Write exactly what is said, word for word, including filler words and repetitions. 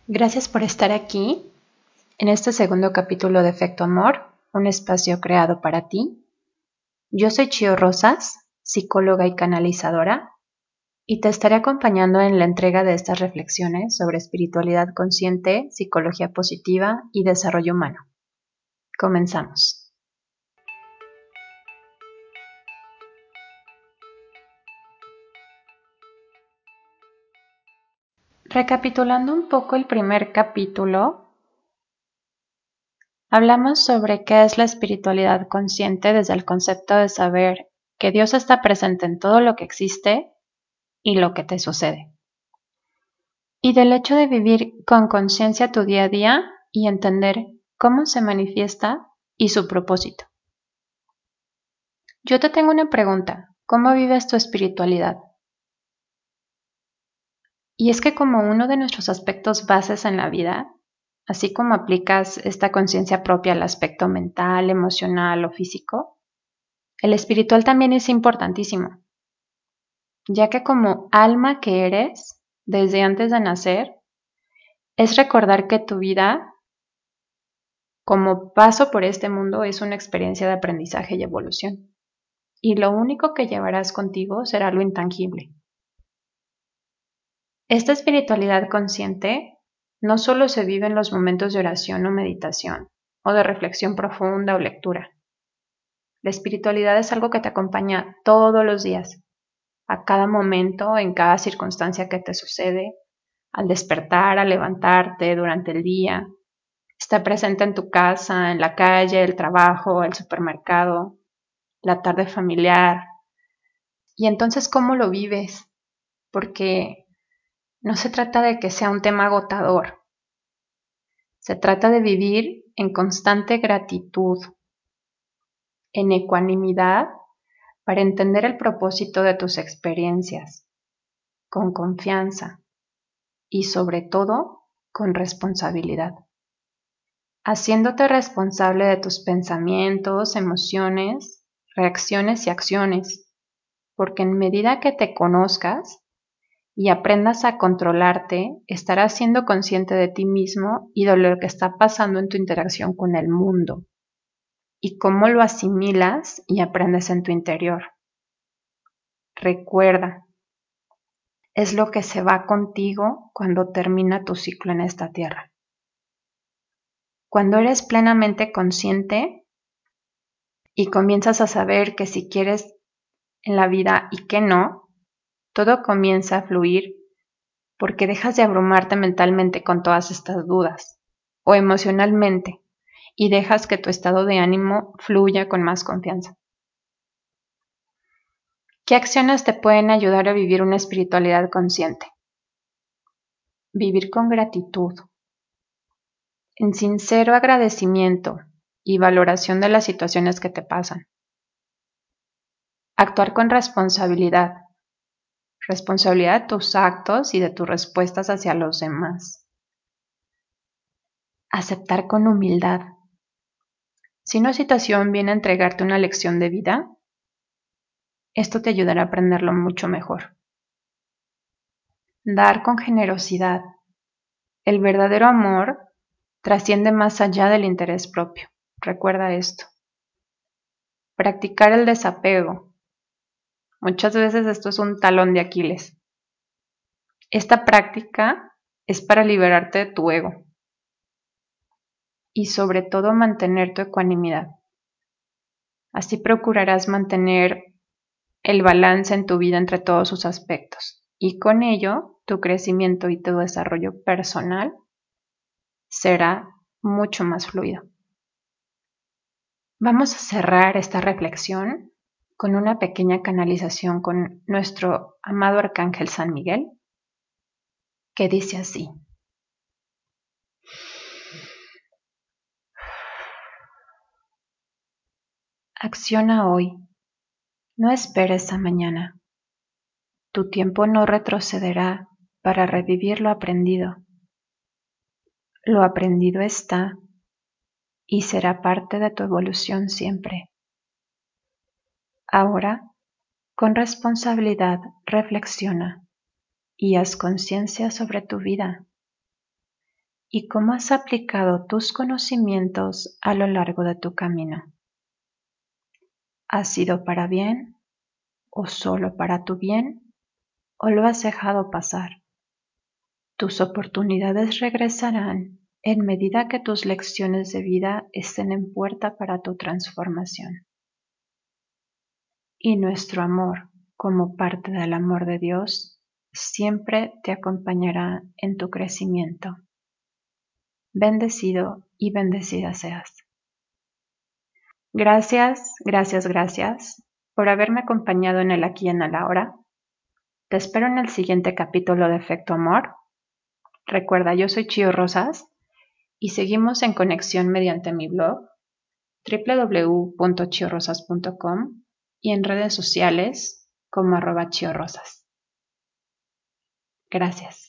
Gracias por estar aquí en este segundo capítulo de Efecto Amor, un espacio creado para ti. Yo soy Chio Rosas, psicóloga y canalizadora, y te estaré acompañando en la entrega de estas reflexiones sobre espiritualidad consciente, psicología positiva y desarrollo humano. Comenzamos. Recapitulando un poco el primer capítulo, hablamos sobre qué es la espiritualidad consciente desde el concepto de saber que Dios está presente en todo lo que existe y lo que te sucede. Y del hecho de vivir con conciencia tu día a día y entender cómo se manifiesta y su propósito. Yo te tengo una pregunta. ¿Cómo vives tu espiritualidad? Y es que como uno de nuestros aspectos bases en la vida, así como aplicas esta conciencia propia al aspecto mental, emocional o físico, el espiritual también es importantísimo, ya que como alma que eres, desde antes de nacer, es recordar que tu vida, como paso por este mundo, es una experiencia de aprendizaje y evolución, y lo único que llevarás contigo será lo intangible. Esta espiritualidad consciente no solo se vive en los momentos de oración o meditación, o de reflexión profunda o lectura. La espiritualidad es algo que te acompaña todos los días, a cada momento, en cada circunstancia que te sucede, al despertar, al levantarte, durante el día. Está presente en tu casa, en la calle, el trabajo, el supermercado, la tarde familiar. Y entonces, ¿cómo lo vives? Porque no se trata de que sea un tema agotador. Se trata de vivir en constante gratitud, en ecuanimidad, para entender el propósito de tus experiencias, con confianza y sobre todo con responsabilidad, haciéndote responsable de tus pensamientos, emociones, reacciones y acciones, porque en medida que te conozcas y aprendas a controlarte, estarás siendo consciente de ti mismo y de lo que está pasando en tu interacción con el mundo y cómo lo asimilas y aprendes en tu interior. Recuerda, es lo que se va contigo cuando termina tu ciclo en esta tierra. Cuando eres plenamente consciente y comienzas a saber que si quieres en la vida y que no, todo comienza a fluir porque dejas de abrumarte mentalmente con todas estas dudas o emocionalmente y dejas que tu estado de ánimo fluya con más confianza. ¿Qué acciones te pueden ayudar a vivir una espiritualidad consciente? Vivir con gratitud, en sincero agradecimiento y valoración de las situaciones que te pasan. Actuar con responsabilidad, responsabilidad de tus actos y de tus respuestas hacia los demás. Aceptar con humildad. Si una situación viene a entregarte una lección de vida, esto te ayudará a aprenderlo mucho mejor. Dar con generosidad. El verdadero amor trasciende más allá del interés propio. Recuerda esto. Practicar el desapego. Muchas veces esto es un talón de Aquiles. Esta práctica es para liberarte de tu ego y sobre todo mantener tu ecuanimidad. Así procurarás mantener el balance en tu vida entre todos sus aspectos y con ello tu crecimiento y tu desarrollo personal será mucho más fluido. Vamos a cerrar esta reflexión con una pequeña canalización con nuestro amado Arcángel San Miguel, que dice así. Acciona hoy, no esperes a mañana. Tu tiempo no retrocederá para revivir lo aprendido. Lo aprendido está y será parte de tu evolución siempre. Ahora, con responsabilidad, reflexiona y haz conciencia sobre tu vida. y cómo has aplicado tus conocimientos a lo largo de tu camino. ¿Ha sido para bien o solo para tu bien o lo has dejado pasar? Tus oportunidades regresarán en medida que tus lecciones de vida estén en puerta para tu transformación. Y nuestro amor, como parte del amor de Dios, siempre te acompañará en tu crecimiento. Bendecido y bendecida seas. Gracias, gracias, gracias por haberme acompañado en el aquí y en el ahora. Te espero en el siguiente capítulo de Efecto Amor. Recuerda, yo soy Chio Rosas y seguimos en conexión mediante mi blog doble u doble u doble u punto chio rosas punto com y en redes sociales como arroba chiorrosas. Gracias.